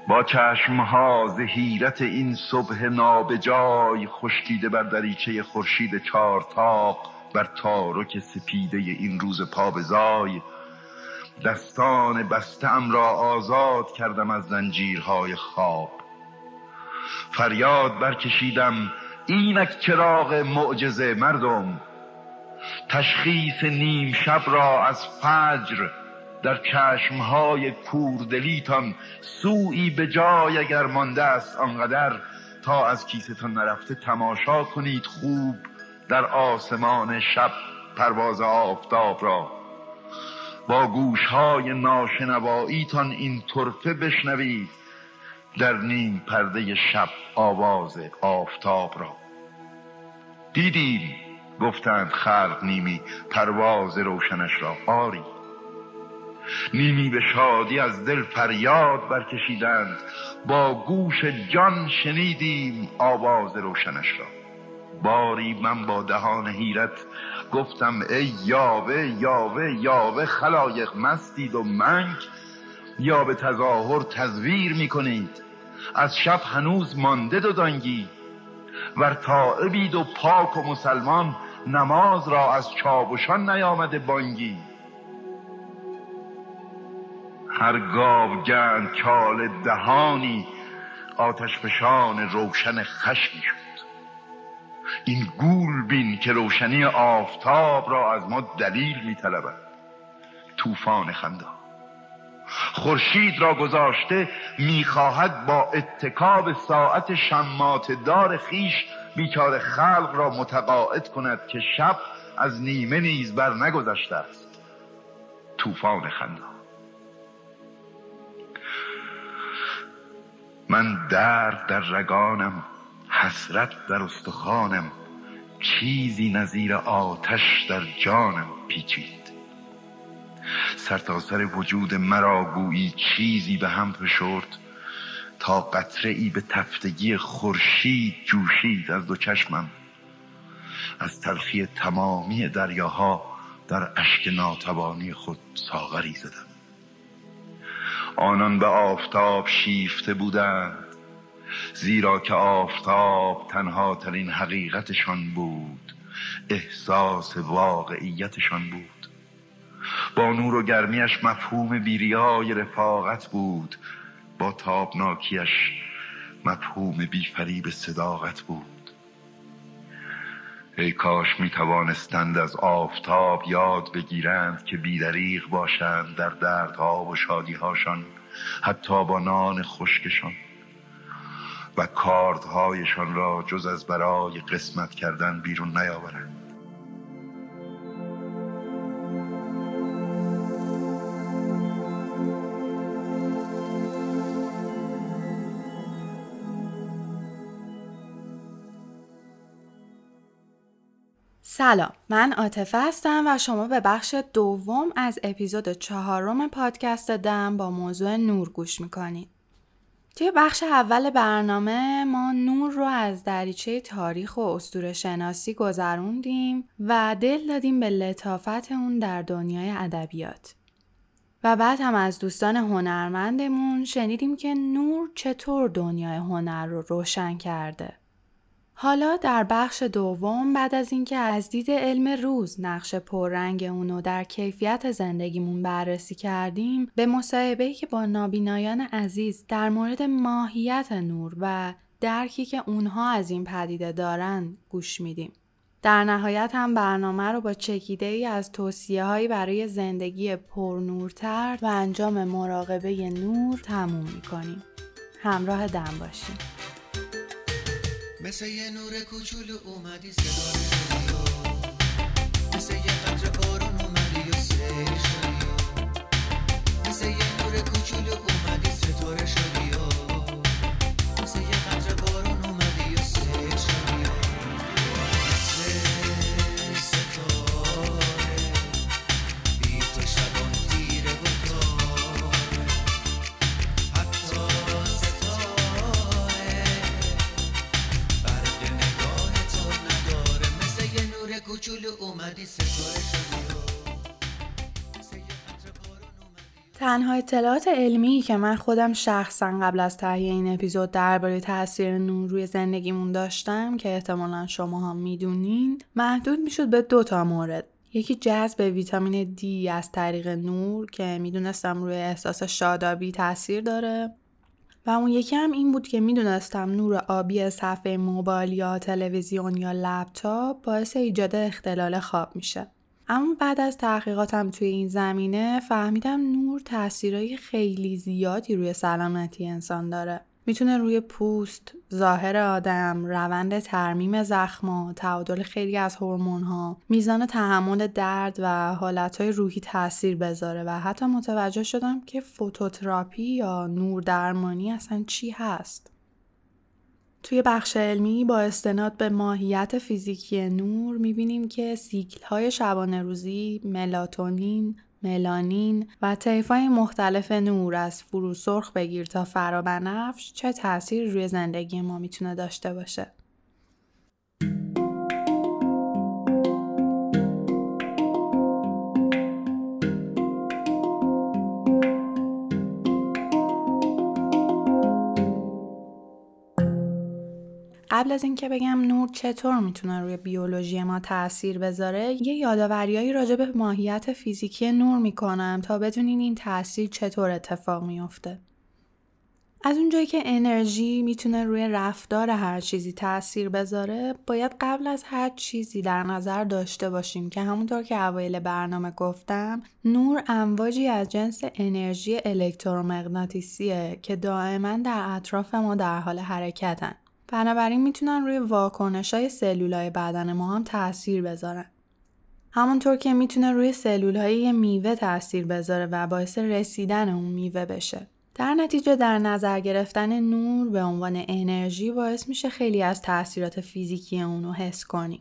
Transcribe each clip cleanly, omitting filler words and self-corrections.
با چشمها ز حیرت این صبح نابجای خشکیده بر دریچه خورشید چارتاق، بر تارک سپیده این روز پابزای، دستان بسته‌ام را آزاد کردم از زنجیرهای خواب. فریاد برکشیدم اینک چراغ معجزه مردم، تشخیص نیم شب را از فجر در چشمهای کوردلیتان سویی به جای اگر مانده است آنقدر تا از کیستان نرفته تماشا کنید خوب در آسمان شب پرواز آفتاب را. با گوشهای ناشنواییتان این طرفه بشنوید در نیم پرده شب آواز آفتاب را. دیدیم گفتند خلق نیمی پرواز روشنش را، آری نیمی به شادی از دل فریاد برکشیدند، با گوش جان شنیدیم آواز روشنش را. باری من با دهان حیرت گفتم ای یاوه یاوه یاوه، خلایق مستید و منگ یا به تظاهر تزویر می کنید؟ از شب هنوز مانده دو دانگی، ور تائبید و پاک و مسلمان نماز را از چابشان نیامده بانگی. هر گاوگند چال دهانی آتش فشان روشن خشمی شد. این گول بین که روشنی آفتاب را از ما دلیل می طلبد. طوفان خندا خورشید را گذاشته میخواهد با اتکاب ساعت شمات دار خیش بیچاره خلق را متقاعد کند که شب از نیمه نیز بر نگذشته است. طوفان خندا. من درد در رگانم، حسرت در استخوانم، چیزی نظیر آتش در جانم پیچید. سرتاسر وجود مرا گویی چیزی به هم فشرد تا قطره ای به تفتگی خورشید جوشید از دو چشمم. از تلخی تمامی دریاها در اشک ناتوانی خود ساغری زدم. آنان به آفتاب شیفته بودند، زیرا که آفتاب تنها ترین حقیقتشان بود، احساس واقعیتشان بود. با نور و گرمیش مفهوم بیریای رفاقت بود، با تابناکیش مفهوم بیفریب صداقت بود. ای کاش می توانستند از آفتاب یاد بگیرند که بی‌دریغ باشند در دردها و شادیهاشان، حتی با نان خشکشان، و کاردهایشان را جز از برای قسمت کردن بیرون نیاورند. سلام، من عاطفه هستم و شما به بخش دوم از اپیزود 4 پادکست دم با موضوع نور گوش میکنید. توی بخش اول برنامه ما نور رو از دریچه تاریخ و اسطوره شناسی گذروندیم و دل دادیم به لطافت اون در دنیای ادبیات. و بعد هم از دوستان هنرمندمون شنیدیم که نور چطور دنیای هنر رو روشن کرده. حالا در بخش دوم بعد از اینکه از دید علم روز نقش پررنگ اونو در کیفیت زندگیمون بررسی کردیم، به مصاحبه‌ای که با نابینایان عزیز در مورد ماهیت نور و درکی که اونها از این پدیده دارن گوش میدیم. در نهایت هم برنامه رو با چکیده‌ای از توصیه‌هایی برای زندگی پرنورتر و انجام مراقبه نور تموم می‌کنیم. همراه دم باشیم. مثل یه نور کوچولو اومدی صدای شدی، مثل یه قطره بارون اومدی و سیل شدی، مثل یه نور کوچولو اومدی ستاره شدی، مثل یه قطره بارون اومدی و سیل شدی، مثل ستاره بی تو شبان تیره و تاره، حتی کوچولو اومدی ستاره شدی. تنها اطلاعات علمی که من خودم شخصا قبل از تهیه این اپیزود درباره تاثیر نور روی زندگیمون داشتم که احتمالاً شما هم میدونین محدود میشد به 2 مورد. یکی جذب ویتامین دی از طریق نور که میدونستم روی احساس شادابی تاثیر داره و اون یکی هم این بود که میدونستم نور آبی صفحه موبایل یا تلویزیون یا لپتاپ باعث ایجاد اختلال خواب میشه. اما بعد از تحقیقاتم توی این زمینه فهمیدم نور تأثیرای خیلی زیادی روی سلامتی انسان داره. میتونه روی پوست، ظاهر آدم، روند ترمیم زخما، تعادل خیلی از هورمون‌ها، میزان تحمل درد و حالتهای روحی تأثیر بذاره و حتی متوجه شدم که فوتوتراپی یا نور درمانی اصلا چی هست. توی بخش علمی با استناد به ماهیت فیزیکی نور میبینیم که سیکل‌های شبانه روزی، ملاتونین، ملانین و طیف‌های مختلف نور از فروسرخ بگیر تا فرابنفش چه تأثیری روی زندگی ما میتونه داشته باشه. قبل از اینکه بگم نور چطور میتونه روی بیولوژی ما تأثیر بذاره، یه یادآوریایی راجع به ماهیت فیزیکی نور میکنم تا بدونین این تأثیر چطور اتفاق میفته. از اونجایی که انرژی میتونه روی رفتار هر چیزی تأثیر بذاره، باید قبل از هر چیزی در نظر داشته باشیم که همونطور که اوایل برنامه گفتم، نور امواجی از جنس انرژی الکترومغناطیسیه که دائما در اطراف ما در حال حرکتن. بنابراین میتونن روی واکنش‌های سلولای بدن ما هم تأثیر بذارن. همونطور که میتونه روی سلول‌های یه میوه تأثیر بذاره و باعث رسیدن اون میوه بشه. در نتیجه در نظر گرفتن نور به عنوان انرژی باعث میشه خیلی از تأثیرات فیزیکی اونو حس کنیم.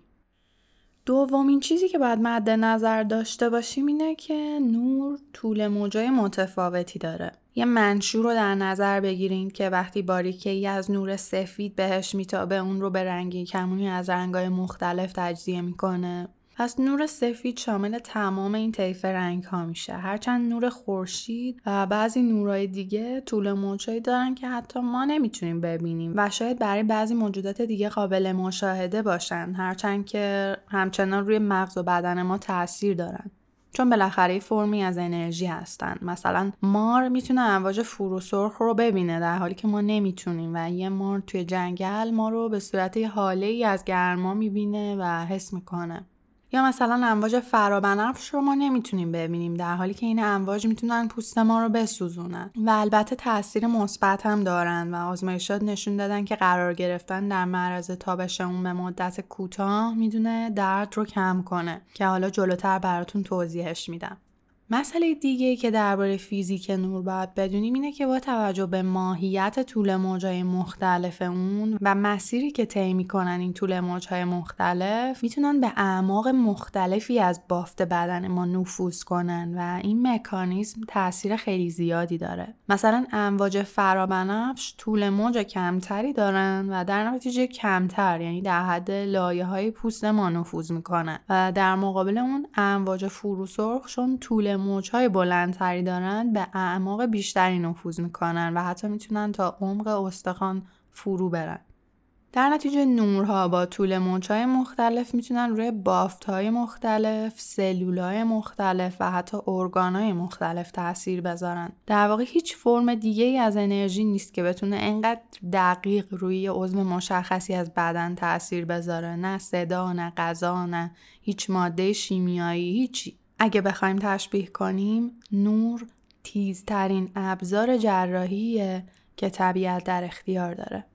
دومین چیزی که باید مد نظر داشته باشیم اینه که نور طول موجای متفاوتی داره. یه منشور رو در نظر بگیریم که وقتی باریکه‌ای از نور سفید بهش میتابه اون رو به رنگی کمونی از رنگ‌های مختلف تجزیه میکنه. پس نور سفید شامل تمام این طیف رنگ‌ها میشه. هرچند نور خورشید و بعضی نورهای دیگه طول موجایی دارن که حتی ما نمیتونیم ببینیم و شاید برای بعضی موجودات دیگه قابل مشاهده باشن، هرچند که همچنان روی مغز و بدن ما تأثیر دارن. چون بالاخره فرمی از انرژی هستن. مثلا مار میتونه امواج فروسرخ رو ببینه در حالی که ما نمیتونیم و یه مار توی جنگل ما رو به صورت حاله‌ای از گرما میبینه و حس میکنه. یا مثلا امواج فرابنفش رو ما نمیتونیم ببینیم در حالی که این امواج میتونن پوست ما رو بسوزونن و البته تاثیر مثبت هم دارن و آزمایشات نشون دادن که قرار گرفتن در معرض تابش اون به مدت کوتاه میتونه درد رو کم کنه که حالا جلوتر براتون توضیحش میدم. مسئله دیگه‌ای که درباره فیزیک نور باید بدونیم اینه که با توجه به ماهیت طول موج‌های مختلف اون و مسیری که طی می‌کنن این طول موج‌های مختلف میتونن به اعماق مختلفی از بافت بدن ما نفوذ کنن و این مکانیزم تأثیر خیلی زیادی داره. مثلا امواج فرابنفش طول موج کمتری دارن و در نتیجه کمتر، یعنی در حد لایه‌های پوست ما نفوذ می‌کنن و در مقابل اون امواج فروسرخشون طول موج‌های بلندتری دارن به اعماق بیشتری نفوذ میکنن و حتی میتونن تا عمق استخوان فرو برن. در نتیجه نورها با طول موج‌های مختلف میتونن روی بافت‌های مختلف، سلول‌های مختلف و حتی ارگان‌های مختلف تأثیر بذارن. در واقع هیچ فرم دیگه‌ای از انرژی نیست که بتونه اینقدر دقیق روی عضو مشخصی از بدن تأثیر بذاره. نه صدا، نه غذا، نه هیچ ماده شیمیایی، هیچی. اگه بخوایم تشبیه کنیم، نور تیزترین ابزار جراحیه که طبیعت در اختیار داره.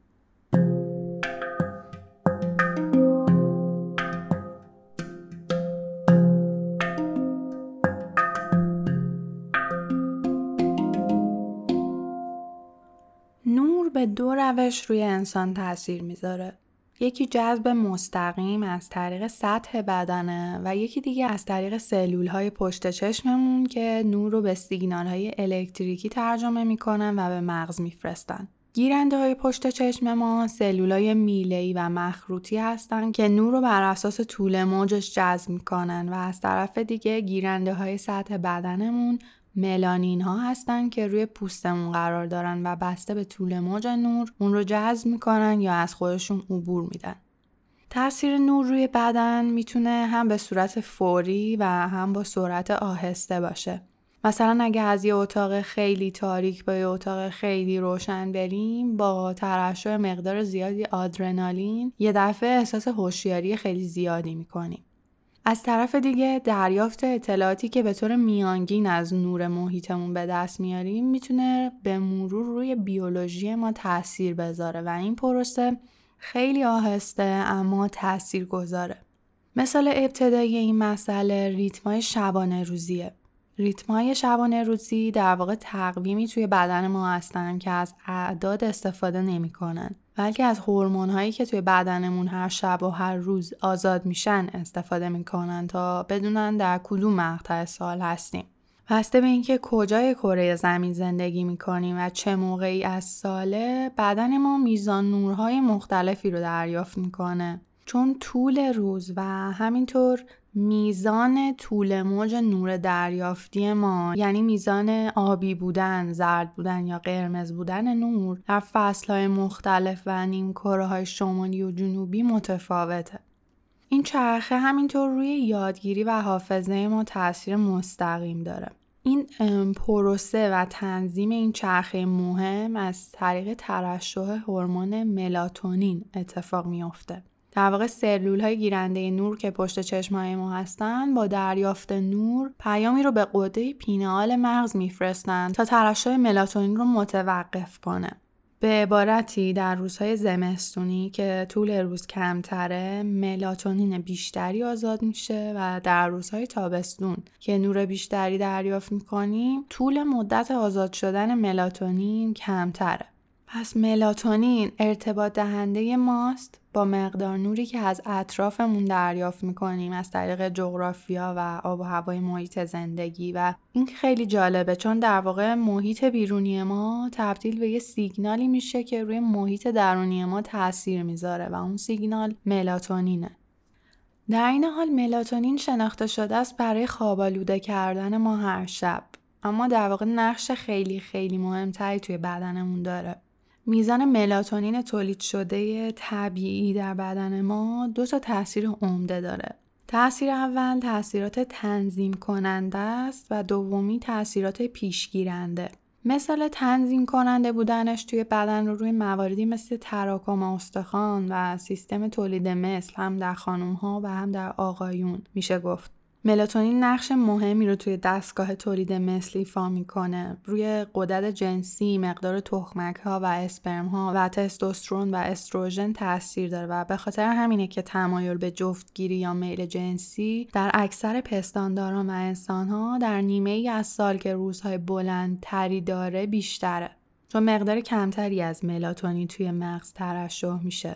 نور به 2 روش روی انسان تأثیر میذاره. یکی جذب مستقیم از طریق سطح بدنه و یکی دیگه از طریق سلول‌های پشت چشممون که نور رو به سیگنال‌های الکتریکی ترجمه میکنن و به مغز میفرستن. گیرنده‌های پشت چشم ما سلولای میله‌ای و مخروطی هستن که نور رو بر اساس طول موجش جذب میکنن و از طرف دیگه گیرنده‌های سطح بدنمون ملانین ها هستن که روی پوستمون قرار دارن و بسته به طول موج نور اون رو جذب میکنن یا از خودشون عبور میدن. تأثیر نور روی بدن میتونه هم به صورت فوری و هم با سرعت آهسته باشه. مثلا اگه از یه اتاق خیلی تاریک با یه اتاق خیلی روشن بریم، با ترشح مقدار زیادی آدرنالین یه دفعه احساس هوشیاری خیلی زیادی میکنیم. از طرف دیگه دریافت اطلاعاتی که به طور میانگین از نور محیطمون به دست میاریم میتونه به مرور روی بیولوژی ما تأثیر بذاره و این پروسه خیلی آهسته اما تأثیر گذاره. مثال ابتدایی این مسئله ریتم‌های شبانه روزیه. ریتم‌های شبانه روزی در واقع تقویمی توی بدن ما هستن که از اعداد استفاده نمی‌کنن، بلکه از هورمون‌هایی که توی بدنمون هر شب و هر روز آزاد میشن استفاده می‌کنن تا بدونن در کدوم مقطع سال هستیم. بسته به اینکه کجای کره زمین زندگی می‌کنیم و چه موقعی از ساله، بدن ما میزان نورهای مختلفی رو دریافت می‌کنه. چون طول روز و همینطور میزان طول موج نور دریافتی ما، یعنی میزان آبی بودن، زرد بودن یا قرمز بودن نور در فصلهای مختلف و نیمکره‌های شمالی و جنوبی متفاوته. این چرخه همینطور روی یادگیری و حافظه ما تأثیر مستقیم داره. این پروسه و تنظیم این چرخه مهم از طریق ترشح هورمون ملاتونین اتفاق میفته. در واقع سلول‌های گیرنده نور که پشت چشم‌های ما هستن با دریافت نور پیامی رو به غده پینه‌آل مغز میفرستن تا ترشح ملاتونین رو متوقف کنه. به عبارتی در روزهای زمستونی که طول روز کمتره ملاتونین بیشتری آزاد میشه و در روزهای تابستون که نور بیشتری دریافت میکنیم طول مدت آزاد شدن ملاتونین کمتره. پس ملاتونین ارتباط دهنده ماست با مقدار نوری که از اطرافمون دریافت میکنیم از طریق جغرافیا و آب و هوای محیط زندگی و این خیلی جالبه چون در واقع محیط بیرونی ما تبدیل به یه سیگنالی میشه که روی محیط درونی ما تأثیر میذاره و اون سیگنال ملاتونینه. در این حال ملاتونین شناخته شده است برای خواب‌آلوده کردن ما هر شب، اما در واقع نقش خیلی خیلی مهمتری توی بدنمون داره. میزان ملاتونین تولید شده طبیعی در بدن ما 2 تأثیر عمده داره. تأثیر اول تأثیرات تنظیم کننده است و دومی تأثیرات پیشگیرنده. مثال تنظیم کننده بودنش توی بدن رو روی مواردی مثل تراکم استخوان و سیستم تولید مثل هم در خانم‌ها و هم در آقایون میشه گفت. ملاتونین نقش مهمی رو توی دستگاه تولید مثل ایفا میکنه. روی غدد جنسی، مقدار تخمک‌ها و اسپرم‌ها و تستوسترون و استروژن تأثیر داره و به خاطر همینه که تمایل به جفتگیری یا میل جنسی در اکثر پستانداران و انسان‌ها در نیمه‌ای از سال که روزهای بلندتری داره بیشتره. چون مقدار کمتری از ملاتونین توی مغز ترشح میشه.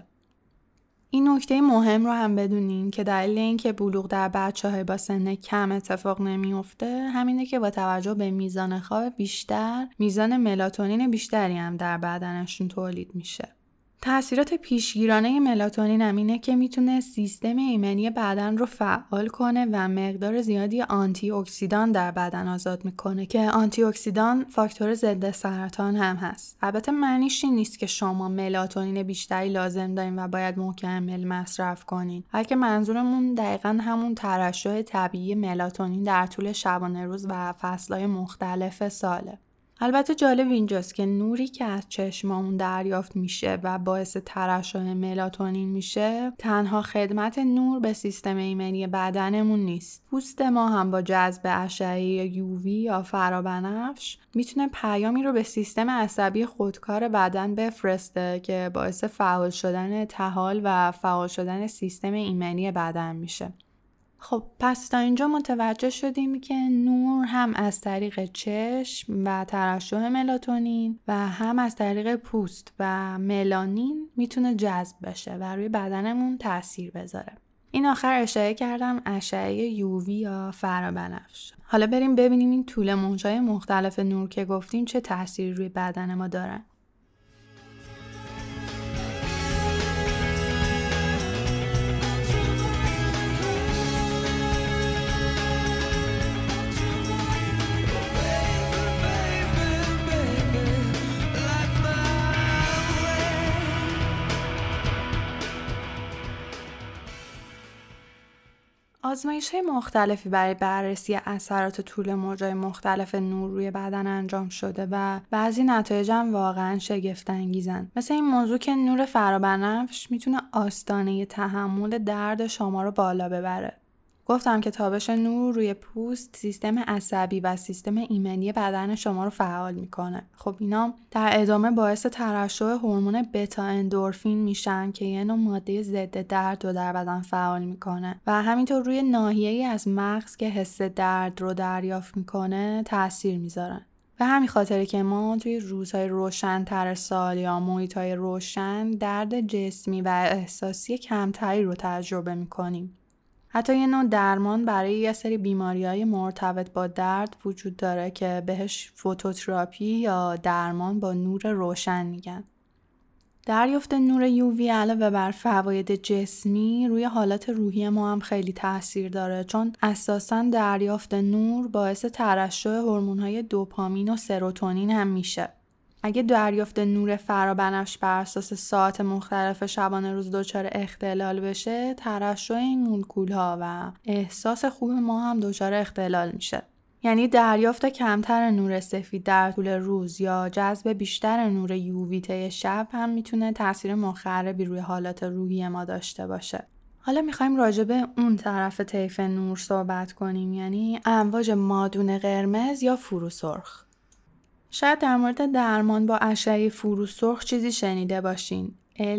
این نکته مهم رو هم بدونین که دلیل این که بلوغ در بچه‌های با سن کم اتفاق نمیفته همینه که با توجه به میزان خواب بیشتر میزان ملاتونین بیشتری هم در بدنشون تولید میشه. تأثیرات پیشگیرانه ملاتونین هم اینه که میتونه سیستم ایمنی بدن رو فعال کنه و مقدار زیادی آنتی اکسیدان در بدن آزاد میکنه که آنتی اکسیدان فاکتور ضد سرطان هم هست. البته معنیش این نیست که شما ملاتونین بیشتری لازم دارین و باید مکمل مصرف کنین، بلکه منظورمون دقیقاً همون ترشح طبیعی ملاتونین در طول شبانه روز و فصل‌های مختلف ساله. البته جالب اینجاست که نوری که از چشمامون دریافت میشه و باعث ترشح ملاتونین میشه تنها خدمت نور به سیستم ایمنی بدنمون نیست. پوست ما هم با جذب اشعه یووی یا فرابنفش میتونه پیامی رو به سیستم عصبی خودکار بدن بفرسته که باعث فعال شدن طحال و فعال شدن سیستم ایمنی بدن میشه. خب پس تا اینجا متوجه شدیم که نور هم از طریق چشم و ترشح ملاتونین و هم از طریق پوست و ملانین میتونه جذب بشه و روی بدنمون تأثیر بذاره. این آخر اشاره کردم اشعه یووی یا فرابنفش. حالا بریم ببینیم این طول موج‌های مختلف نور که گفتیم چه تأثیری روی بدن ما دارن. آزمایش‌های مختلفی برای بررسی اثرات طول موج‌های مختلف نور روی بدن انجام شده و بعضی نتایج هم واقعاً شگفت‌انگیزن. مثل این موضوع که نور فرابنفش میتونه آستانه تحمل درد شما رو بالا ببره. گفتم که تابش نور روی پوست سیستم عصبی و سیستم ایمنی بدن شما رو فعال میکنه. خب اینا در ادامه باعث ترشح هورمون بتا اندورفین میشن که یه نوع ماده ضد درد رو در بدن فعال میکنه و همینطور روی ناحیه‌ای از مغز که حس درد رو دریافت میکنه تأثیر میذارن. به همین خاطره که ما توی روزهای روشن‌تر سال یا محیط‌های روشن درد جسمی و احساسی کمتری رو تجربه میکنیم. حتی یه نوع درمان برای یه سری بیماری‌های مرتبط با درد وجود داره که بهش فوتوتراپی یا درمان با نور روشن میگن. دریافت نور UV علاوه بر فواید جسمی روی حالات روحی ما هم خیلی تاثیر داره، چون اساساً دریافت نور باعث ترشح هورمون‌های دوپامین و سروتونین هم میشه. اگه دریافت نور فرابنفش بر اساس ساعت مختلف شبانه روز دچار اختلال بشه، ترشح این مولکول‌ها و احساس خوب ما هم دچار اختلال میشه. یعنی دریافت کمتر نور سفید در طول روز یا جذب بیشتر نور UV طی شب هم میتونه تاثیر مخربی روی حالات روحی ما داشته باشه. حالا میخوایم راجع به اون طرف طیف نور صحبت کنیم، یعنی امواج مادون قرمز یا فرو سرخ. شاید در مورد درمان با اشعه فرو سرخ چیزی شنیده باشین.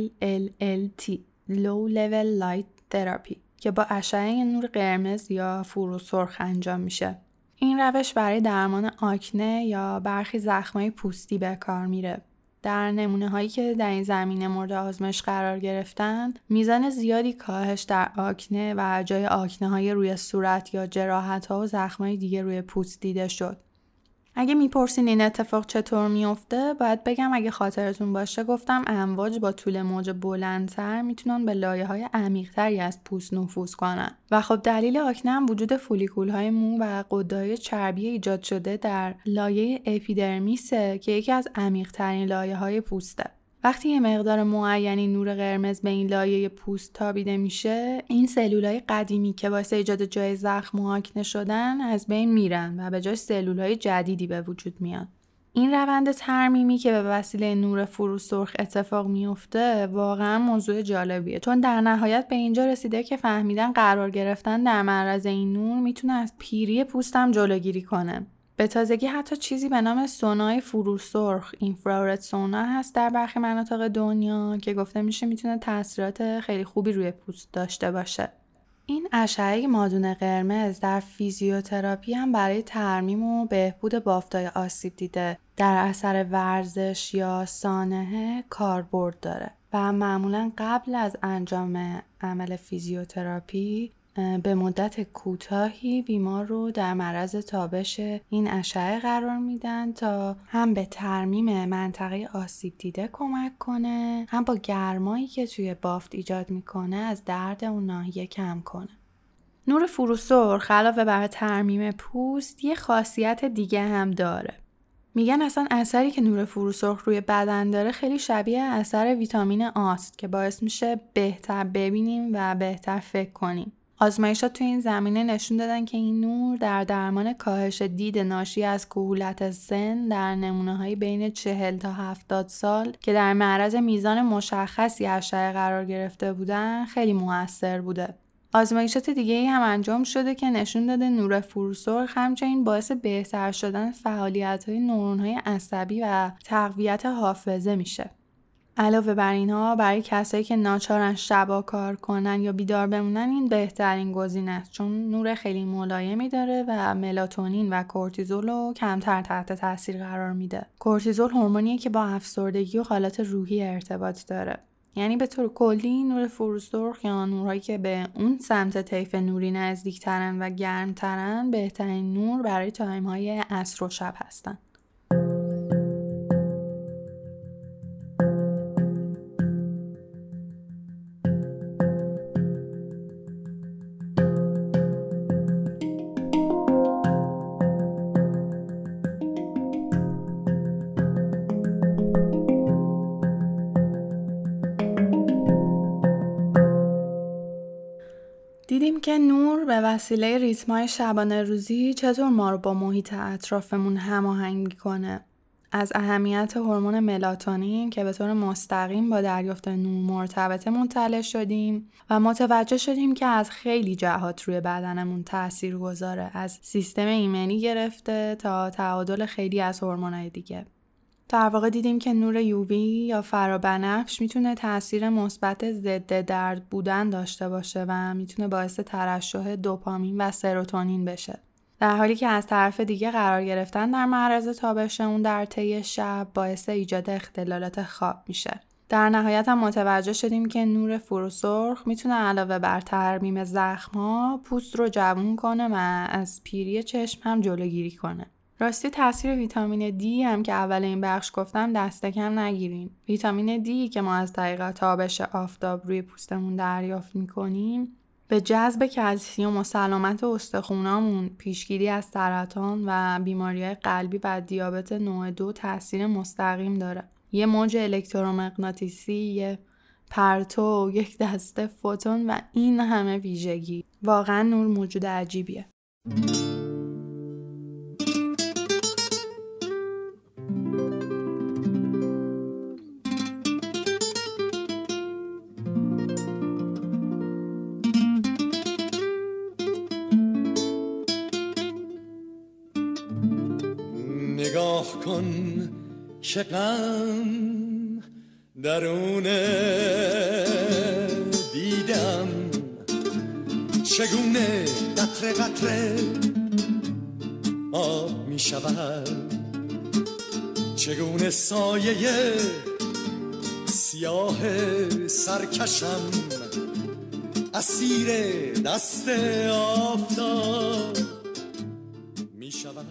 LLLT Low Level Light Therapy که با اشعه نور قرمز یا فرو سرخ انجام میشه. این روش برای درمان آکنه یا برخی زخمای پوستی به کار میره. در نمونه هایی که در این زمینه مورد آزمایش قرار گرفتن، میزان زیادی کاهش در آکنه و جای آکنه های روی صورت یا جراحت ها و زخمای دیگه روی پوست دیده شد. اگه میپرسین این اتفاق چطور میفته، باید بگم اگه خاطرتون باشه گفتم امواج با طول موج بلندتر میتونن به لایه‌های عمیق‌تری از پوست نفوذ کنن و خب دلیل آکنه هم وجود فولیکول‌های مو و غده‌های چربی ایجاد شده در لایه اپیدرمیسه که یکی از عمیق‌ترین لایه‌های پوسته. وقتی یه مقدار معینی نور قرمز به این لایه پوست تابیده میشه، این سلولای قدیمی که باعث ایجاد جای زخم و آکنه شدن از بین میرن و به جای سلولای جدیدی به وجود میان. این روند ترمیمی که به وسیله نور فرو سرخ اتفاق میفته واقعا موضوع جالبیه، چون در نهایت به اینجا رسیده که فهمیدن قرار گرفتن در معرض این نور میتونه از پیری پوست هم جلوگیری کنه. به تازگی حتی چیزی به نام سونای فرو سرخ اینفرارد سونا هست در برخی مناطق دنیا که گفته میشه میتونه تاثیرات خیلی خوبی روی پوست داشته باشه. این اشعه مادون قرمز در فیزیوتراپی هم برای ترمیم و بهبود بافت‌های آسیب دیده در اثر ورزش یا سانحه کاربرد داره و معمولاً قبل از انجام عمل فیزیوتراپی به مدت کوتاهی بیمار رو در معرض تابش این اشعه قرار میدن تا هم به ترمیم منطقه آسیب دیده کمک کنه، هم با گرمایی که توی بافت ایجاد میکنه از درد اون ناحیه کم کنه. نور فرو سرخ علاوه بر ترمیم پوست یه خاصیت دیگه هم داره. میگن اصلا اثری که نور فرو سرخ روی بدن داره خیلی شبیه اثر ویتامین آست که باعث میشه بهتر ببینیم و بهتر فکر کنیم. آزمایشات تو این زمینه نشون دادن که این نور در درمان کاهش دید ناشی از کهولت سن در نمونه‌های بین 40 تا 70 سال که در معرض میزان مشخصی اشعه قرار گرفته بودن خیلی مؤثر بوده. آزمایشات دیگه‌ای هم انجام شده که نشون داده نور فرو سرخ همچنین باعث بهتر شدن فعالیت‌های نورون‌های عصبی و تقویت حافظه میشه. علاوه بر اینها برای کسایی که ناچارن شبا کار کنن یا بیدار بمونن این بهترین گزینه است، چون نور خیلی ملایمی داره و ملاتونین و کورتیزول رو کمتر تحت تاثیر قرار میده. کورتیزول هورمونیه که با افسردگی و حالات روحی ارتباط داره. یعنی به طور کلی نور فرو سرخ یا نورهایی که به اون سمت طیف نوری نزدیکترن و گرمترن بهترین نور برای تایم‌های عصر و شب هستن. دیدیم که اینکه نور به وسیله ریتم‌های شبانه روزی چطور ما رو با محیط اطرافمون هماهنگ می‌کنه. از اهمیت هورمون ملاتونین که به طور مستقیم با دریافت نور مرتبطه مطلع شدیم و متوجه شدیم که از خیلی جهات روی بدنمون تأثیر گذاره، از سیستم ایمنی گرفته تا تعادل خیلی از هورمون‌های دیگه. در واقع دیدیم که نور یووی یا فرابنفش میتونه تأثیر مثبت ضد درد بودن داشته باشه و میتونه باعث ترشح دوپامین و سروتونین بشه. در حالی که از طرف دیگه قرار گرفتن در معرض تابش اون در طی شب باعث ایجاد اختلالات خواب میشه. در نهایت هم متوجه شدیم که نور فروسرخ میتونه علاوه بر ترمیم زخم‌ها پوست رو جوون کنه و از پیری چشم هم جلوگیری کنه. راستی تاثیر ویتامین دی هم که اول این بخش گفتم دست کم نگیریم. ویتامین دی که ما از طریق تابش آفتاب روی پوستمون دریافت میکنیم به جذب کلسیم و سلامت استخونامون، پیشگیری از سرطان و بیماری‌های قلبی و دیابت نوع 2 تاثیر مستقیم داره. یه موج الکترومغناطیسی، یه پرتو، یک دسته فوتون و این همه ویژگی. واقعا نور موجود عجیبیه. نگاه کن که غم درونه دیدم، چگونه قطره قطره آب می شود، چگونه سایه سیاه سرکشم اسیر دست آفتاب می شود.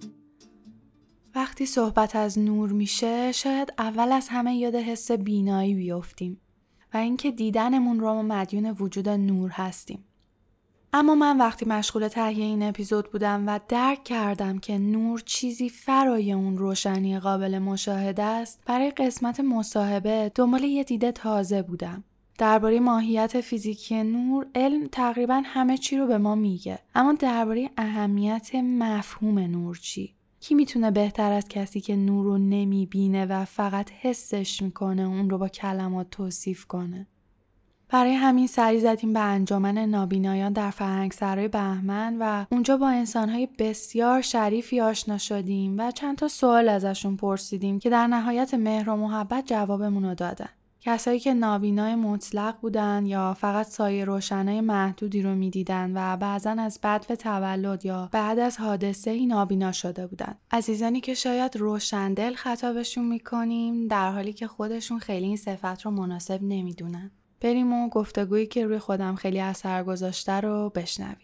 وقتی صحبت از نور میشه شاید اول از همه یاد حس بینایی بیافتیم و اینکه دیدنمون رو مدیون وجود نور هستیم. اما من وقتی مشغول تهیه این اپیزود بودم و درک کردم که نور چیزی فرای اون روشنی قابل مشاهده است، برای قسمت مصاحبه دنبال یه دید تازه بودم. درباره ماهیت فیزیکی نور علم تقریباً همه چی رو به ما میگه، اما درباره اهمیت مفهوم نور چی؟ کی میتونه بهتر از کسی که نور رو نمیبینه و فقط حسش میکنه اون رو با کلمات توصیف کنه؟ برای همین سری زدیم به انجمن نابینایان در فرهنگسرای بهمن و اونجا با انسانهای بسیار شریفی آشنا شدیم و چند تا سوال ازشون پرسیدیم که در نهایت مهر و محبت جوابمون رو دادن. کسایی که نابینای مطلق بودن یا فقط سایه روشنای محدودی رو میدیدن و بعضن از بدو تولد یا بعد از حادثه‌ای نابینا شده بودن. عزیزانی که شاید روشندل خطابشون میکنیم در حالی که خودشون خیلی این صفت رو مناسب نمیدونن. بریم و گفتگویی که روی خودم خیلی اثر گذاشته رو بشنویم.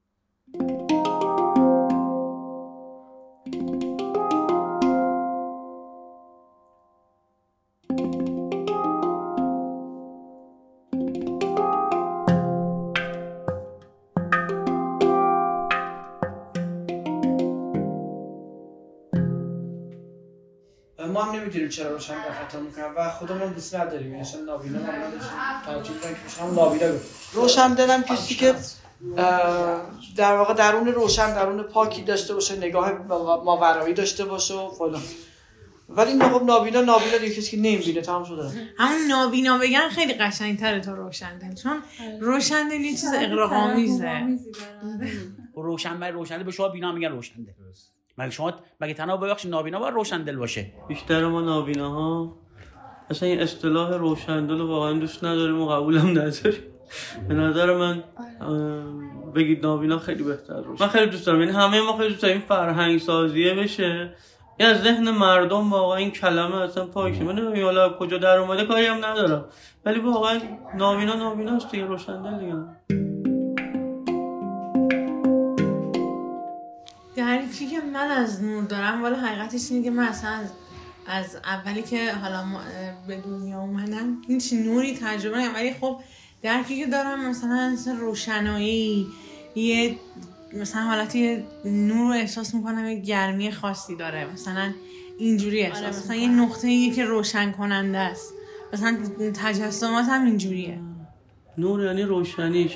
ما هم نمیدونیم چرا روشن در خطا میکنم و خودمون دوست نداریم، یعنی اصلا نابینا ما نداشتیم ترجیح دادیم که هم نابینا گفتیم. روشن دلم کسی که در واقع درون روشن، درون پاکی داشته باشه، نگاه ماورایی داشته باشه و فلان. ولی خب نابینا دیگه کسی که نمیبینه، تمام شده. همون نابینا بگن خیلی قشنگ‌تره تا روشندل، چون روشندل یه چیز اغراق‌آمیزه. روشندل به شما بینا میگن روشندل. مگه تنها ببخشید نابینا باید روشندل باشه؟ بیشتر ما نابیناها اصلا این اصطلاح روشندل رو واقعا دوست نداریم و قبولم نداریم. به نظر من بگید نابینا خیلی بهتر روشن. من خیلی دوست دارم، یعنی همه ما خیلی دوست داریم فرهنگ سازیه بشه، یعنی از ذهن مردم واقعا این کلمه اصلا پاک شه. من نمیدونم حالا کجا در اومده کاری هم ندارم، ولی واقعا نابیناست دیگه، روشندل دیگه. درکی که من از نور دارم ولی حقیقتش اینه که من اصلا از اولی که حالا به دنیا اومدم هیچ نوری تجربه نکردم، ولی خب درکی که دارم مثلا روشنایی، یه مثلا حالتی نور رو احساس میکنم، یه گرمی خاصی داره، مثلا اینجوری احساس مثلا یه نقطه‌ایه که روشن کننده است، مثلا تجسمات هم اینجوریه. نور یعنی روشنی، شاید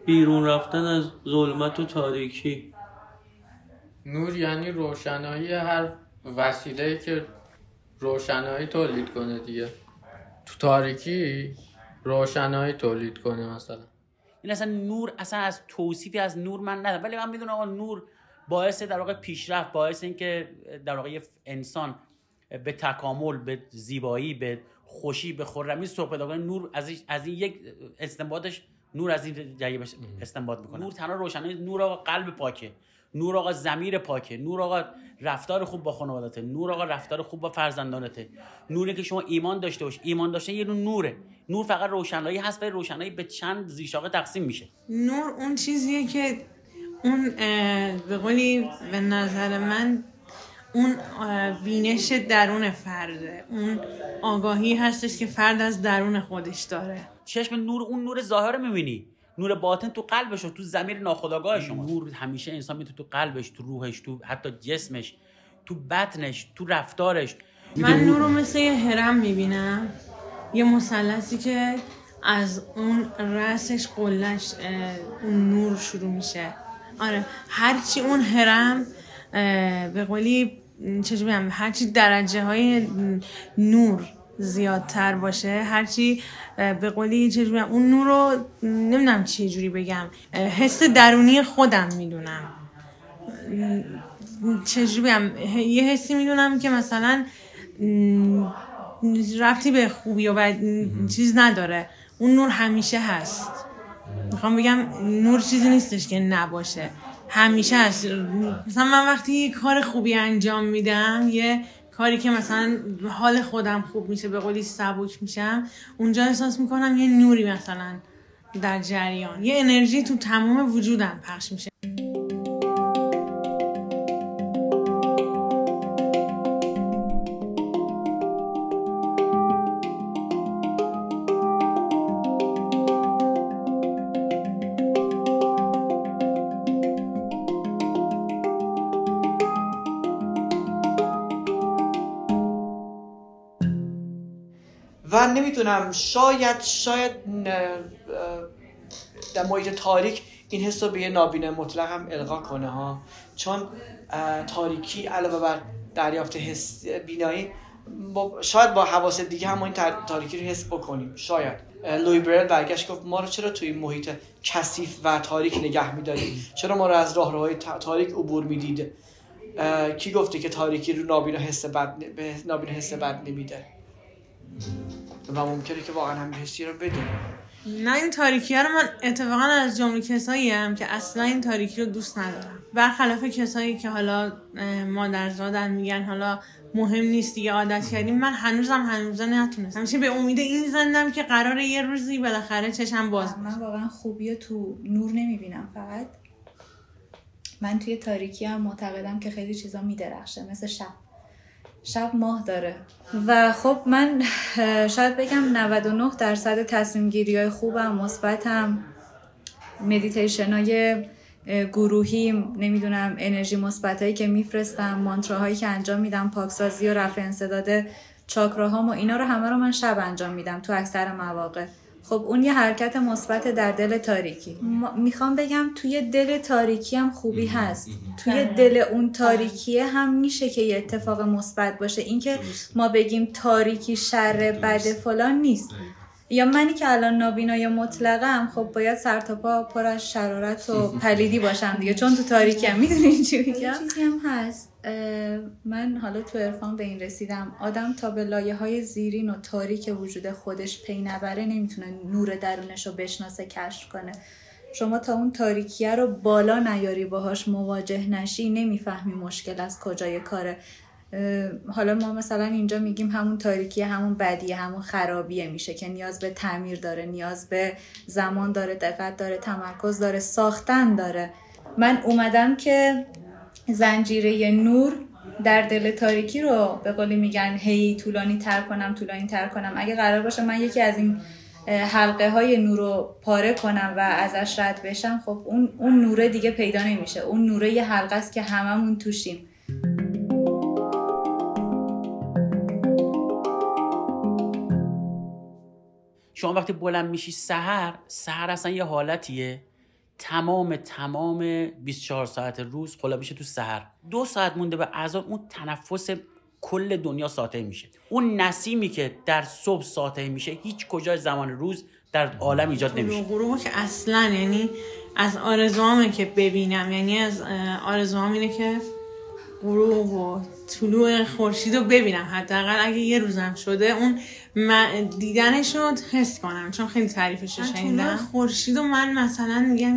بیرون رفتن از ظلمت و تاریکی. نور یعنی روشنایی، هر وسیله‌ای که روشنایی تولید کنه دیگه. تو تاریکی روشنایی تولید کنه مثلا. این اصلا نور، اصلا از توصیفی از نور من ندارم، ولی من میدونم آقا نور باعث در واقع پیشرفت، باعث این که در واقع انسان به تکامل، به زیبایی، به خوشی، به خرمی سوق پیدا کنه. نور از این یک استنباطش، نور از این جریه استنباط میکنه. نور تنها روشنایی، نور آقا قلب پاکه، نور آقا ضمیر پاکه، نور آقا رفتار خوب با خانوادته، نور آقا رفتار خوب با فرزندانته، نوری که شما ایمان داشته باش. ایمان داشتن یه نوره. نور فقط روشنایی هست و روشنایی به چند زیرشاخه تقسیم میشه. نور اون چیزیه که اون به قولی به نظر من اون بینش درون فرده، اون آگاهی هستش که فرد از درون خودش داره. چشم نور، اون نور ظاهر میبینی، نور باطن تو قلبش و تو ضمیر ناخودآگاه شما. نور همیشه انسان میتونه تو قلبش، تو روحش، تو حتی جسمش، تو بطنش، تو رفتارش. من نور رو مثل یه هرم میبینم، یه مثلثی که از اون رأسش قلهش اون نور شروع میشه. آره، هرچی اون هرم به قولی چجوری بگم، هرچی درجه های نور زیادتر باشه، هرچی به قولی چجوری بگم، اون نور رو نمیدونم چجوری بگم، حس درونی خودم میدونم. چجوری بگم، یه حسی میدونم که مثلا ربطی به خوبی و بد چیز نداره، اون نور همیشه هست. میخوام بگم نور چیزی نیستش که نباشه، همیشه هست. مثلا من وقتی یه کار خوبی انجام میدم، یه کاری که مثلا حال خودم خوب میشه، به قولی سبک میشم، اونجا احساس میکنم یه نوری مثلا در جریان، یه انرژی تو تمام وجودم پخش میشه. و نمیدونم، شاید در محیط تاریک این حس رو به یه نابینای مطلق هم القا کنه ها، چون تاریکی علاوه بر دریافت حس بینایی، شاید با حواس دیگه هم این تاریکی رو حس بکنیم. شاید لوی برل برگشت گفت ما رو چرا توی محیط کثیف و تاریک نگه می‌دارید؟ چرا ما رو از راهروهای تاریک عبور میدید؟ کی گفته که تاریکی رو نابینا حس بد نمیده؟ و ممکنه که واقعا همین حسی رو بده. نه، این تاریکی رو من اتفاقا از جمله کسایی هم که اصلا این تاریکی رو دوست ندارم، برخلاف کسایی که حالا مادرزادن میگن حالا مهم نیست دیگه عادت کردیم. من هنوزم نتونستم. همیشه به امید این زندم که قراره یه روزی بالاخره چشم باز. من واقعا خوبی تو نور نمیبینم، فقط من توی تاریکی هم معتقدم که خیلی چیزا میدرخشه، مثل شب ماه داره. و خب من شاید بگم 99% تصمیم گیری های خوبم، مثبتم، مدیتیشن های گروهیم، نمیدونم انرژی مثبتایی که میفرستم، مانتراهایی که انجام میدم، پاکسازی و رفع انسداد چاکراهام و اینا رو همه رو من شب انجام میدم تو اکثر مواقع. خب اون یه حرکت مثبت در دل تاریکی. میخوام بگم توی دل تاریکی هم خوبی هست، توی دل اون تاریکی هم میشه که یه اتفاق مثبت باشه. اینکه ما بگیم تاریکی شر بد فلان نیست. یا منی که الان نابینای مطلقم، خب باید سر تا پا پر از شرارت و پلیدی باشم دیگه، چون تو تاریکی هم میدونی چی میگم. چیزی هم هست، من حالا تو عرفان به این رسیدم، آدم تا به لایه‌های زیرین و تاریک وجود خودش پی نبره نمیتونه نور درونش رو بشناسه، کشف کنه. شما تا اون تاریکیه رو بالا نیاری، باهاش مواجه نشی، نمیفهمی مشکل از کجای کاره. حالا ما مثلا اینجا میگیم همون تاریکیه، همون بدیه، همون خرابیه، میشه که نیاز به تعمیر داره، نیاز به زمان داره، دقت داره، تمرکز داره، ساختن داره. من اومدم که زنجیره نور در دل تاریکی رو به قولی میگن هی طولانی تر کنم. اگه قرار باشه من یکی از این حلقه های نور رو پاره کنم و ازش رد بشم، خب اون نوره دیگه پیدا نمیشه. اون نوره یه حلقه است که هممون توشیم. شما وقتی بلند میشی سحر اصلا یه حالتیه تمام 24 ساعت روز خلا میشه تو سحر. 2 ساعت مونده به اذان اون تنفس کل دنیا ساطع میشه. اون نسیمی که در صبح ساطع میشه هیچ کجای زمان روز در عالم ایجاد نمیشه. غروب که اصلا، یعنی از آرزوامه که ببینم، یعنی از آرزوام اینه که غروب و طلوع خورشید رو ببینم، حداقل اگه یه روزم شده اون دیدنش رو حس کنم، چون خیلی تعریفش رو شنیدم. خورشید رو من مثلا میگم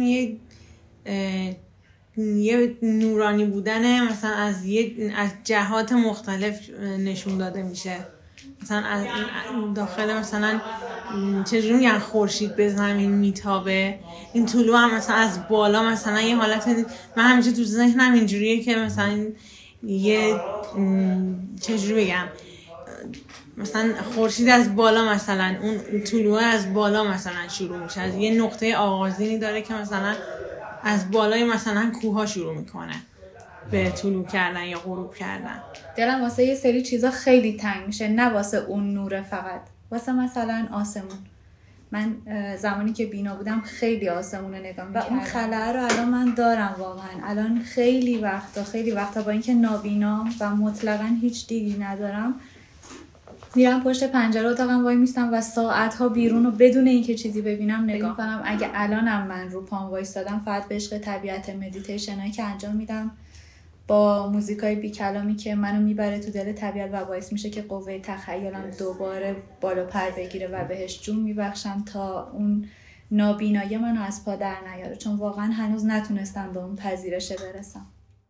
یه نورانی بودن مثلا از جهات مختلف نشون داده میشه. مثلا از داخل مثلا چجوری میگن خورشید به زمین میتابه، این طلوع هم مثلا از بالا مثلا یه حالت، من همیشه تو ذهنم اینجوریه که مثلا یه چجوری بگم، مثلا خورشید از بالا، مثلا اون طلوع از بالا مثلا شروع میشه، از یه نقطه آغازینی داره که مثلا از بالای مثلا کوها شروع میکنه به طلوع کردن یا غروب کردن. دلم واسه یه سری چیزا خیلی تنگ میشه، نه واسه اون نوره فقط، واسه مثلا آسمون. من زمانی که بینا بودم خیلی آسمون رو نگاه می‌کردم و اون خلأ رو الان من دارم واقعا. الان خیلی وقتا با اینکه نابینام و مطلقاً هیچ دیدی ندارم، میرم پشت پنجره اتاقم وای میستم و ساعت‌ها بیرون رو بدون اینکه چیزی ببینم نگاه می‌کنم. اگه الانم من رو پام وایسادم فقط به عشق طبیعت، مدیتیشنایی که انجام میدم با موزیکای بی کلامی که منو میبره تو دل طبیعت و باعث میشه که قوه تخیلم دوباره بالا پر بگیره و بهش جون میبخشم تا اون نابینایی منو از پا در نیاره، چون واقعا هنوز نتونستم به اون پذیرشه برسم.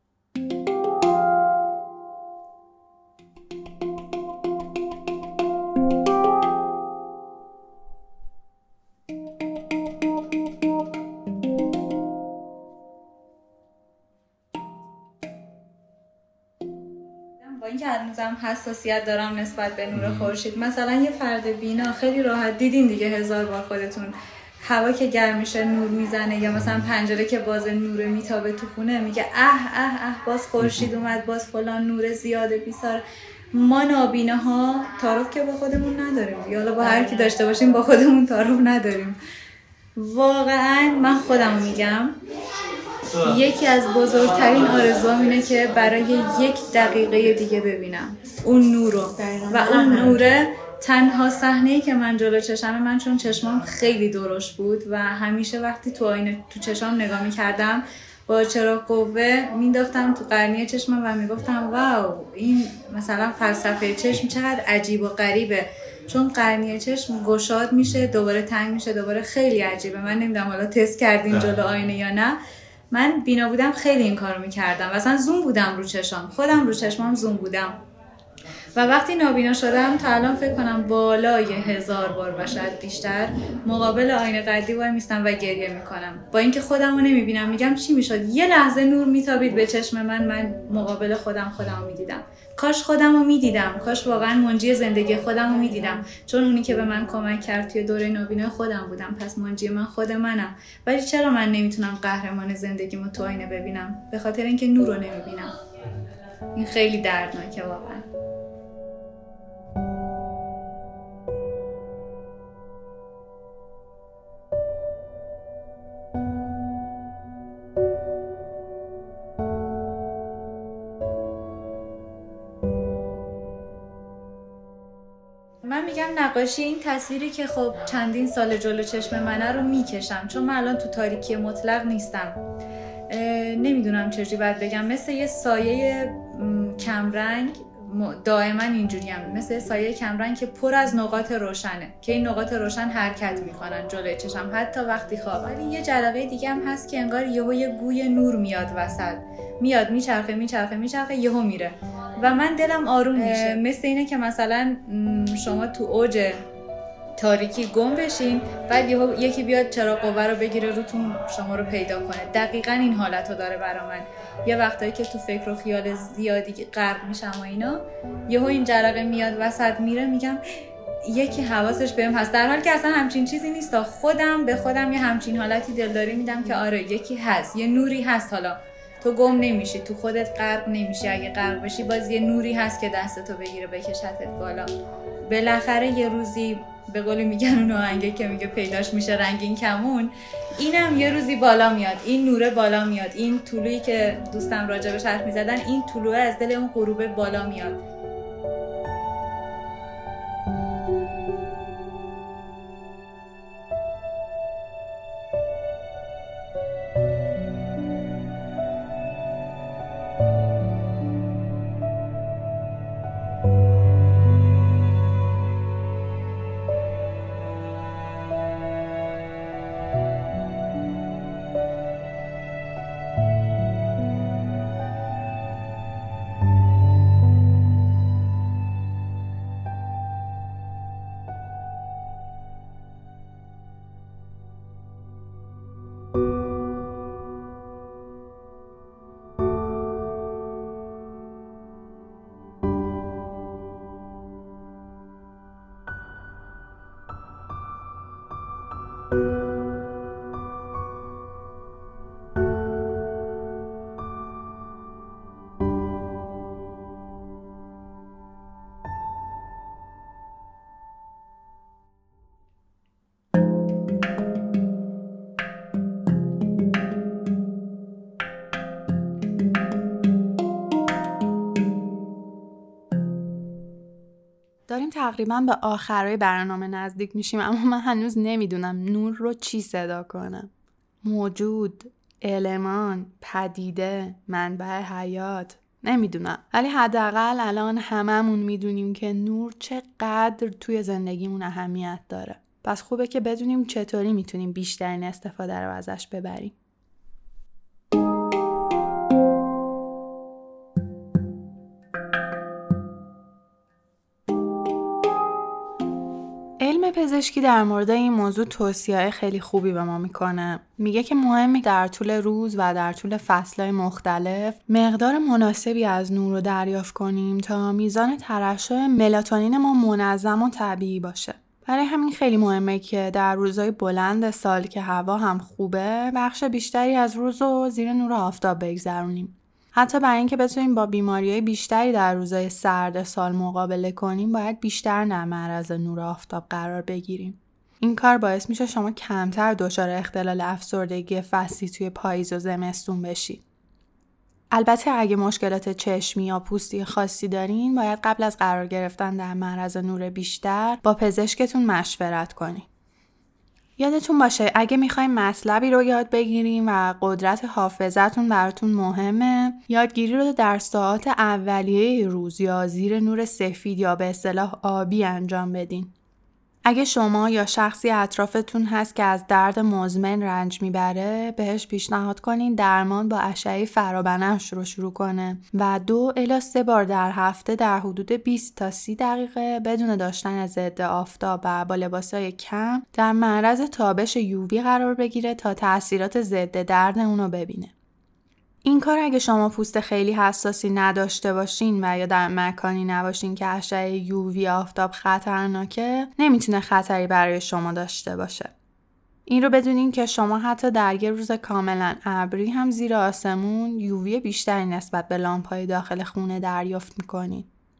با اینکه هنوزم حساسیت دارم نسبت به نور خورشید، مثلا یه فرد بینا خیلی راحت، دیدین دیگه 1000 بار خودتون، هوا که گرم میشه نور میزنه، یا مثلا پنجره که باز نور میتابه تو خونه میگه باز خورشید اومد، باز فلان نور زیاده بیسار. ما نابیناها تعارف که با خودمون نداریم، حالا با هر کی داشته باشیم با خودمون تعارف نداریم. واقعا من خودم میگم یکی از بزرگترین آرزوام اینه که برای 1 دقیقه دیگه ببینم اون نور رو، و اون نوره تنها صحنه‌ای که من جلو چشمم، من چون چشمام خیلی درشت بود و همیشه وقتی تو آینه تو چشمام نگاه می‌کردم با چراغ قوه مینداختم تو قرنیه چشمم و میگفتم واو، این مثلا فلسفه چشم چقدر عجیب و غریبه، چون قرنیه چشم گشاد میشه دوباره تنگ میشه دوباره، خیلی عجیبه. من نمیدونم حالا تست کردین جلو آینه یا نه، من بینا بودم خیلی این کارو میکردم، مثلا زوم بودم رو چشمام، خودم رو چشمام زوم بودم. و وقتی نابینا شدم تا الان فکر کنم بالای 1000 بار و شاید بیشتر مقابل آینه قدی وای میستم و گریه میکنم، با اینکه خودمو نمیبینم. میگم چی میشد یه لحظه نور میتابید به چشم من مقابل خودمو میدیدم. کاش خودمو میدیدم، کاش واقعا منجی زندگی خودمو میدیدم، چون اونی که به من کمک کرد توی دوره نابینا خودم بودم، پس منجی من خود منم. ولی چرا من نمیتونم قهرمان زندگیمو تو آینه ببینم؟ به خاطر اینکه نور رو نمیبینم. این خیلی دردناکه واقعا. من میگم نقاشی این تصویری که خب چندین سال جلو چشم منه رو میکشم، چون من الان تو تاریکی مطلق نیستم. نمیدونم چجوری باید بگم، مثل یه سایه کمرنگ دائما اینجوریم، مثل سایه کمرنگ که پر از نقاط روشنه که این نقاط روشن حرکت میکنن جلوی چشم حتی وقتی خواب. ولی یه جلوه دیگه هم هست که انگار یه گوی نور میاد وسط، میاد میچرخه یهو میره و من دلم آروم میشه. مثل اینه که مثلا شما تو اوج تاریکی گم بشین، بعد یکی بیاد چراغ قوه رو بگیره روتون شما رو پیدا کنه. دقیقاً این حالت رو داره برا من. یه وقتایی که تو فکر و خیال زیادی غرق میشم و اینا، یهو این جرقه میاد وسط میره، میگم یکی حواسش بهم هست، در حالی که اصلا همچین چیزی نیست. خودم به خودم یه همچین حالتی دلداری میدم که آره یکی هست، یه نوری هست، حالا تو گم نمیشی، تو خودت غرق نمیشی، اگه غرق بشی باز یه نوری هست که دستتو بگیره بکشتت بالا. بالاخره یه روزی به قولی میگن اون آهنگه که میگه پیداش میشه رنگین کمون، اینم یه روزی بالا میاد، این نوره بالا میاد، این طلوعی که دوستم راجبش حرف میزدن، این طلوعه از دل اون غروبه بالا میاد. داریم تقریبا به آخرای برنامه نزدیک میشیم، اما من هنوز نمیدونم نور رو چی صدا کنم. موجود، المان، پدیده، منبع حیات، نمیدونم. ولی حداقل الان هممون میدونیم که نور چقدر توی زندگیمون اهمیت داره. پس خوبه که بدونیم چطوری میتونیم بیشترین استفاده رو ازش ببریم. علم پزشکی در مورد این موضوع توصیه‌های خیلی خوبی به ما میکنه. میگه که مهمه در طول روز و در طول فصل‌های مختلف مقدار مناسبی از نور رو دریافت کنیم تا میزان ترشح ملاتونین ما منظم و طبیعی باشه. برای همین خیلی مهمه که در روزهای بلند سال که هوا هم خوبه، بخش بیشتری از روز رو زیر نور آفتاب بگذرونیم. حتی برای اینکه بتونیم با بیماریهای بیشتری در روزهای سرد سال مقابله کنیم، باید بیشتر در معرض نور آفتاب قرار بگیریم. این کار باعث میشه شما کمتر دچار اختلال افسردگی فصلی توی پاییز و زمستون بشید. البته اگه مشکلات چشمی یا پوستی خاصی دارین، باید قبل از قرار گرفتن در معرض نور بیشتر با پزشکتون مشورت کنین. یادتون باشه اگه میخوایم مطلبی رو یاد بگیریم و قدرت حافظتون براتون مهمه، یادگیری رو در ساعات اولیه روز یا زیر نور سفید یا به اصطلاح آبی انجام بدین. اگه شما یا شخصی اطرافتون هست که از درد مزمن رنج میبره، بهش پیشنهاد کنین درمان با اشعه فرابنفش رو شروع کنه و 2 الی 3 بار در هفته در حدود 20 تا 30 دقیقه بدون داشتن ضد آفتاب و با لباسای کم در معرض تابش یووی قرار بگیره تا تأثیرات ضد درد اونو ببینه. این کار اگه شما پوست خیلی حساسی نداشته باشین و یا در مکانی نباشین که اشعه یووی آفتاب خطرناکه، نمیتونه خطری برای شما داشته باشه. این رو بدونین که شما حتی در یه روز کاملا ابری هم زیر آسمون یووی بیشتری نسبت به لامپ‌های داخل خونه دریافت میکنین.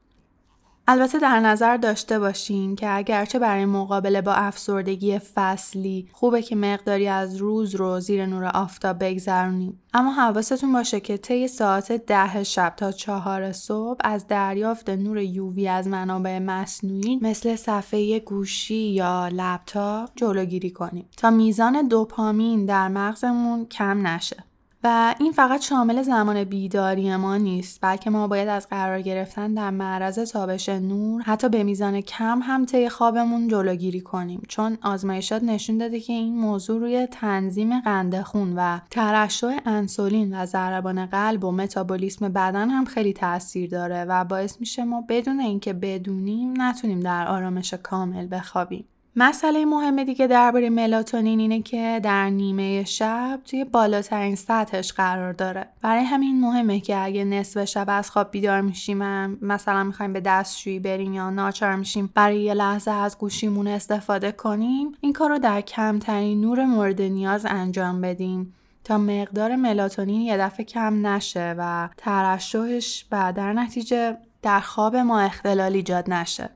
البته در نظر داشته باشین که اگرچه برای مقابله با افسردگی فصلی خوبه که مقداری از روز رو زیر نور آفتاب بگذرونیم، اما حواستون باشه که طی ساعت 10 شب تا 4 صبح از دریافت نور یووی از منابع مصنوعی مثل صفحه گوشی یا لپتاپ جلوگیری کنیم تا میزان دوپامین در مغزمون کم نشه. و این فقط شامل زمان بیداری ما نیست، بلکه ما باید از قرار گرفتن در معرض تابش نور حتی به میزان کم هم طی خوابمون جلوگیری کنیم، چون آزمایشات نشون داده که این موضوع روی تنظیم قند خون و ترشح انسولین و ضربان قلب و متابولیسم بدن هم خیلی تاثیر داره و باعث میشه ما بدون اینکه بدونیم نتونیم در آرامش کامل بخوابیم. مسئله مهم دیگه درباره ملاتونین اینه که در نیمه شب توی بالاترین سطحش قرار داره. برای همین مهمه که اگه نصف شب از خواب بیدار میشیم، مثلا میخوایم به دستشویی بریم یا ناچار میشیم برای یه لحظه از گوشیمون استفاده کنیم، این کار رو در کمترین نور مورد نیاز انجام بدیم تا مقدار ملاتونین یه دفعه کم نشه و ترشحش در نتیجه در خواب ما اختلال ایجاد نشه.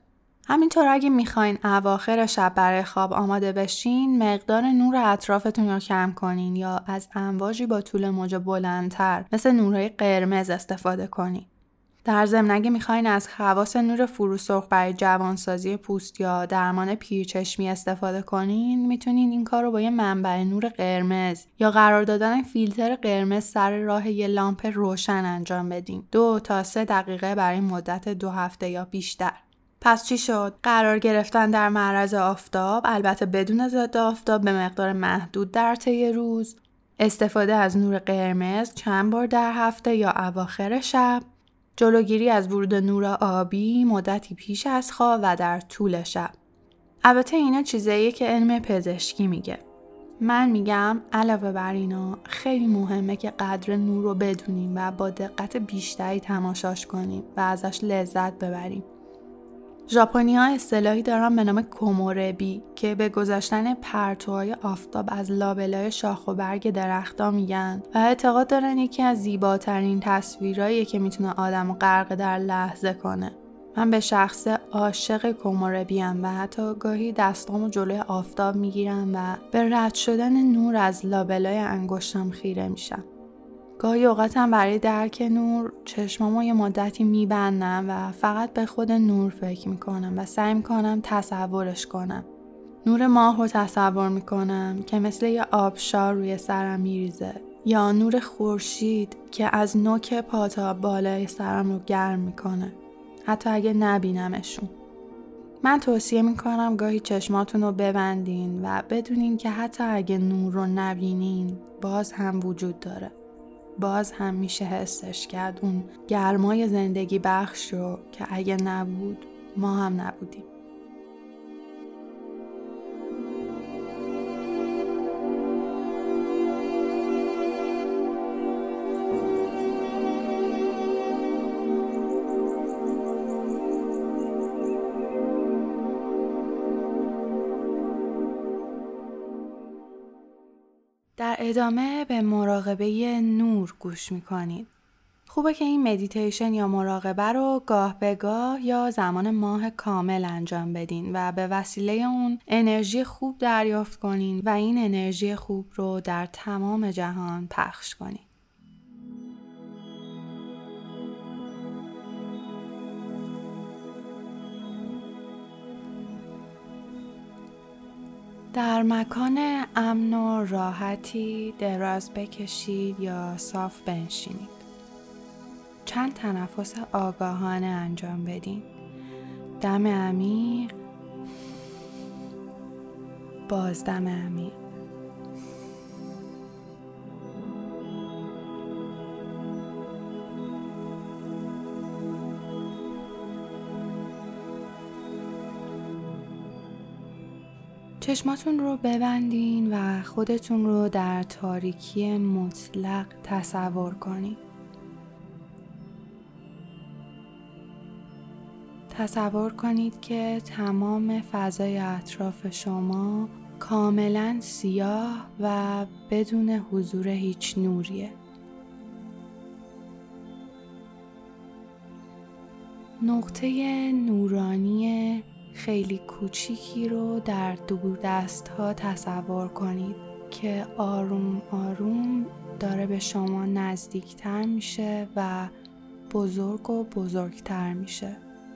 همینطور اگه میخواین اواخر شب برای خواب آماده بشین، مقدار نور اطرافتون رو کم کنین یا از امواجی با طول موج بلندتر مثل نورهای قرمز استفاده کنین. در ضمن اگه میخواین از خواص نور فروسرخ برای جوانسازی پوست یا درمان پیرچشمی استفاده کنین، میتونین این کار رو با یه منبع نور قرمز یا قرار دادن فیلتر قرمز سر راه یه لامپ روشن انجام بدین. 2 تا 3 دقیقه برای مدت 2 هفته یا بیشتر. پس چی شد؟ قرار گرفتن در معرض آفتاب، البته بدون ضد آفتاب به مقدار محدود در طی روز، استفاده از نور قرمز چند بار در هفته یا اواخر شب، جلوگیری از ورود نور آبی مدتی پیش از خواب و در طول شب. البته اینا چیزاییه که علم پزشکی میگه. من میگم علاوه بر اینا خیلی مهمه که قدر نور رو بدونیم و با دقت بیشتری تماشاش کنیم و ازش لذت ببریم. ژاپنی‌ها اصطلاحی دارن به نام کوموربی که به گذاشتن پرتوهای آفتاب از لابلای شاخ و برگ درخت‌ها میگن و اعتقاد دارن یکی از زیباترین تصویراییه که میتونه آدمو غرق در لحظه کنه. من به شخص عاشق کوموربی‌ام و حتی گاهی دستامو جلوی آفتاب میگیرم و به رد شدن نور از لابلای انگشتم خیره میشم. گاهی اوقاتم برای درک نور چشمامو یه مدتی میبندم و فقط به خود نور فکر میکنم و سعی میکنم تصورش کنم. نور ماه رو تصور میکنم که مثل یه آبشار روی سرم میریزه یا نور خورشید که از نوک پا تا بالای سرم رو گرم میکنه، حتی اگه نبینمشون. من توصیه میکنم گاهی چشماتون رو ببندین و بدونین که حتی اگه نور رو نبینین باز هم وجود داره. باز هم میشه حسش کرد، اون گرمای زندگی بخش رو که اگه نبود ما هم نبودیم. در ادامه به مراقبه نور گوش میکنید. خوبه که این مدیتیشن یا مراقبه رو گاه به گاه یا زمان ماه کامل انجام بدین و به وسیله اون انرژی خوب دریافت کنین و این انرژی خوب رو در تمام جهان پخش کنین. در مکان امن و راحتی دراز بکشید یا صاف بنشینید. چند تنفس آگاهانه انجام بدین. دم عمیق، بازدم عمیق. چشماتون رو ببندین و خودتون رو در تاریکی مطلق تصور کنین. تصور کنید که تمام فضای اطراف شما کاملا سیاه و بدون حضور هیچ نوریه. نقطه نورانی خیلی کوچیکی رو در دوردست‌ها تصور کنید که آروم آروم داره به شما نزدیکتر میشه و بزرگ و بزرگتر میشه.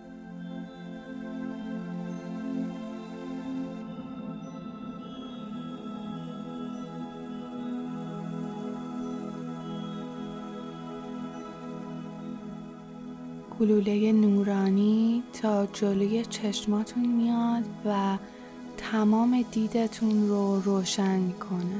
گلوله نورانی تا جلوی چشماتون میاد و تمام دیدتون رو روشن میکنه.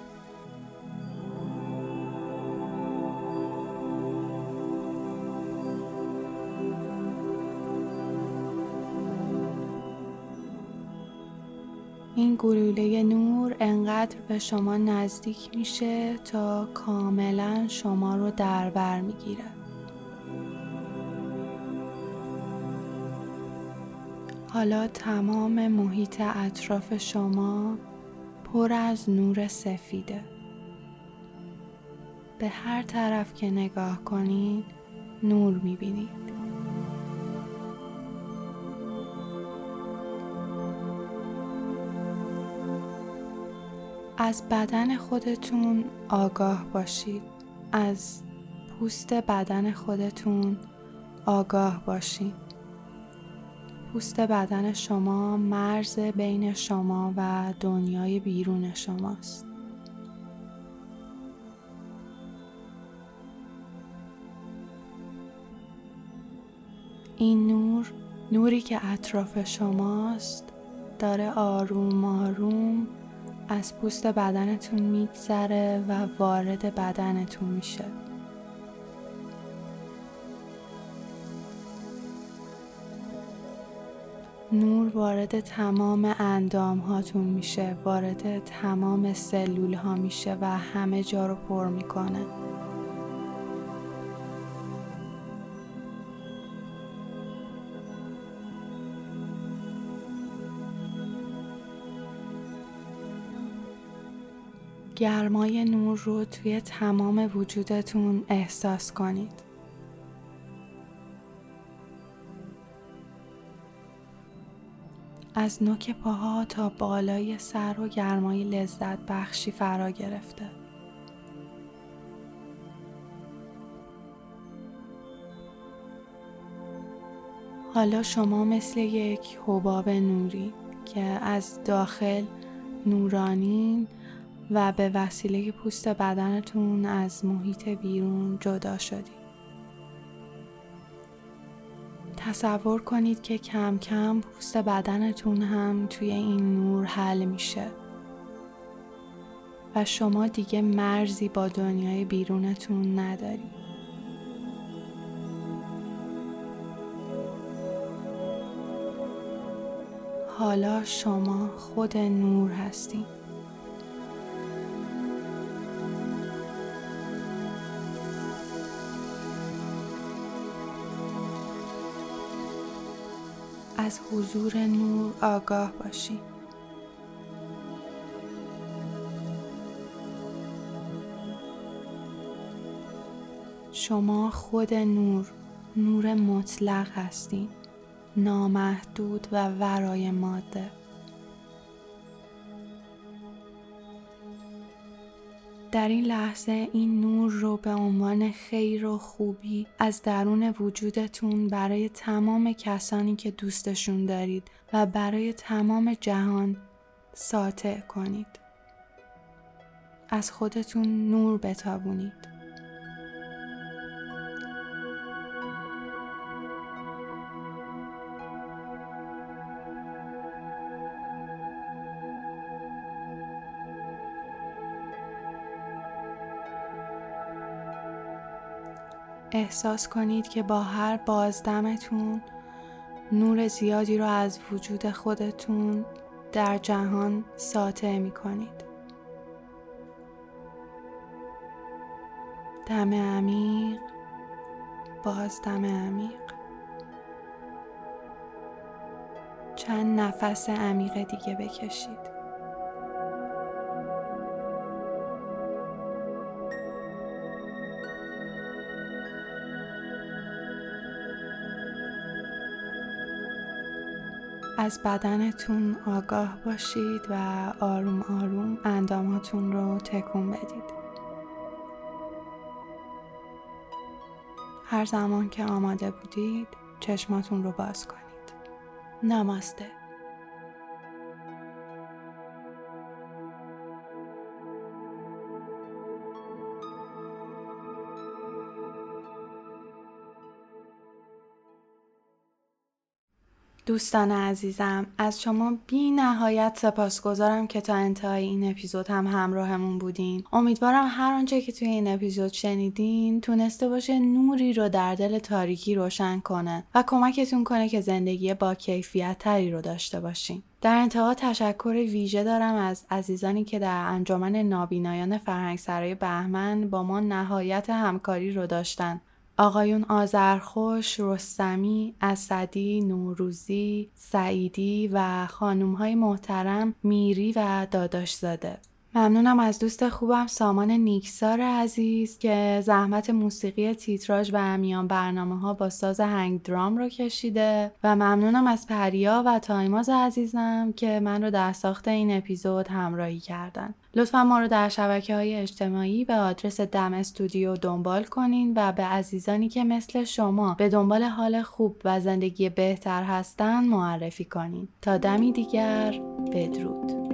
این گلوله نور انقدر به شما نزدیک میشه تا کاملا شما رو در بر میگیره. حالا تمام محیط اطراف شما پر از نور سفیده. به هر طرف که نگاه کنید نور میبینید. از بدن خودتون آگاه باشید. از پوست بدن خودتون آگاه باشید. پوست بدن شما مرز بین شما و دنیای بیرون شماست. این نوری که اطراف شماست داره آروم آروم از پوست بدنتون میگذره و وارد بدنتون میشه. نور وارد تمام اندام هاتون میشه، وارد تمام سلول ها میشه و همه جا رو پر میکنه. گرمای نور رو توی تمام وجودتون احساس کنید. از نوک پاها تا بالای سر و گرمای لذت بخشی فرا گرفته. حالا شما مثل یک حباب نوری که از داخل نورانین و به وسیله پوست بدنتون از محیط بیرون جدا شدید. تصور کنید که کم کم پوست بدنتون هم توی این نور حل میشه و شما دیگه مرزی با دنیای بیرونتون ندارید. حالا شما خود نور هستید. از حضور نور آگاه باشید. شما خود نور مطلق هستید، نامحدود و ورای ماده. در این لحظه این نور رو به عنوان خیر و خوبی از درون وجودتون برای تمام کسانی که دوستشون دارید و برای تمام جهان ساطع کنید. از خودتون نور بتابونید. احساس کنید که با هر بازدمتون نور زیادی رو از وجود خودتون در جهان ساطع می کنید. دم عمیق، بازدم عمیق. چند نفس عمیق دیگه بکشید. از بدنتون آگاه باشید و آروم آروم انداماتون رو تکون بدید. هر زمان که آماده بودید چشماتون رو باز کنید. نماسته. دوستان عزیزم، از شما بی نهایت سپاسگزارم که تا انتهای این اپیزود هم همراهمون بودین. امیدوارم هر آنچه که توی این اپیزود شنیدین تونسته باشه نوری رو در دل تاریکی روشن کنه و کمکتون کنه که زندگی با کیفیت تری رو داشته باشین. در انتها تشکر ویژه دارم از عزیزانی که در انجمن نابینایان فرهنگسرای بهمن با ما نهایت همکاری رو داشتن. آقایون آذرخوش، رستمی، اسدی، نوروزی، سعیدی و خانوم‌های محترم میری و داداشزاده. ممنونم از دوست خوبم سامان نیکسار عزیز که زحمت موسیقی تیتراژ و میان برنامه‌ها با ساز هنگ درام رو کشیده و ممنونم از پریا و تایماز عزیزم که من رو در ساخت این اپیزود همراهی کردن. لطفا ما رو در شبکه‌های اجتماعی به آدرس دم استودیو دنبال کنین و به عزیزانی که مثل شما به دنبال حال خوب و زندگی بهتر هستن معرفی کنین. تا دمی دیگر، بدرود.